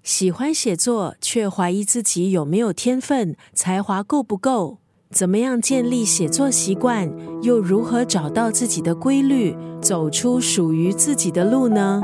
喜欢写作，却怀疑自己有没有天分，才华够不够？怎么样建立写作习惯，又如何找到自己的规律，走出属于自己的路呢？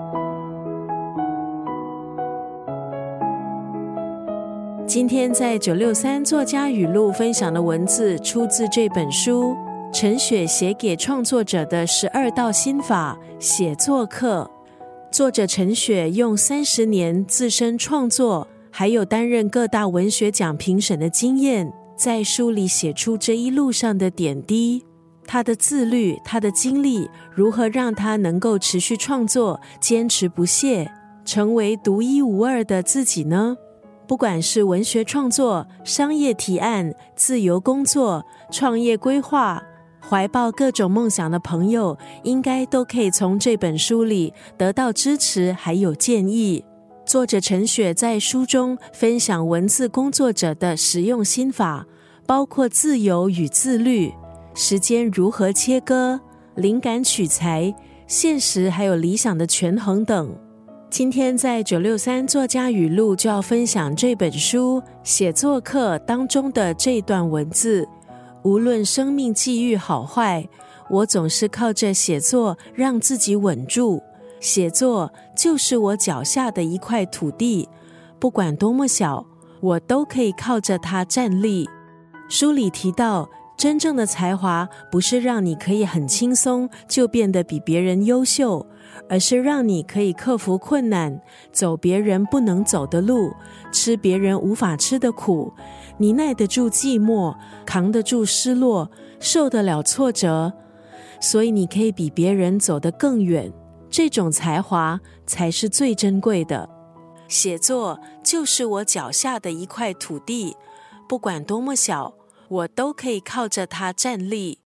今天在963作家语录分享的文字出自这本书，陈雪写给创作者的12道心法写作课。作者陈雪用30年自身创作，还有担任各大文学奖评审的经验，在书里写出这一路上的点滴。他的自律，他的经历，如何让他能够持续创作，坚持不懈，成为独一无二的自己呢？不管是文学创作、商业提案、自由工作、创业规划，怀抱各种梦想的朋友，应该都可以从这本书里得到支持还有建议。作者陈雪在书中分享文字工作者的实用心法，包括自由与自律、时间如何切割、灵感取材、现实还有理想的权衡等。今天在963作家语录就要分享这本书写作课当中的这段文字。无论生命际遇好坏，我总是靠着写作让自己稳住。写作就是我脚下的一块土地，不管多么小，我都可以靠着它站立。书里提到，真正的才华不是让你可以很轻松就变得比别人优秀，而是让你可以克服困难，走别人不能走的路，吃别人无法吃的苦，你耐得住寂寞，扛得住失落，受得了挫折，所以你可以比别人走得更远。这种才华才是最珍贵的。写作就是我脚下的一块土地，不管多么小，我都可以靠着它站立。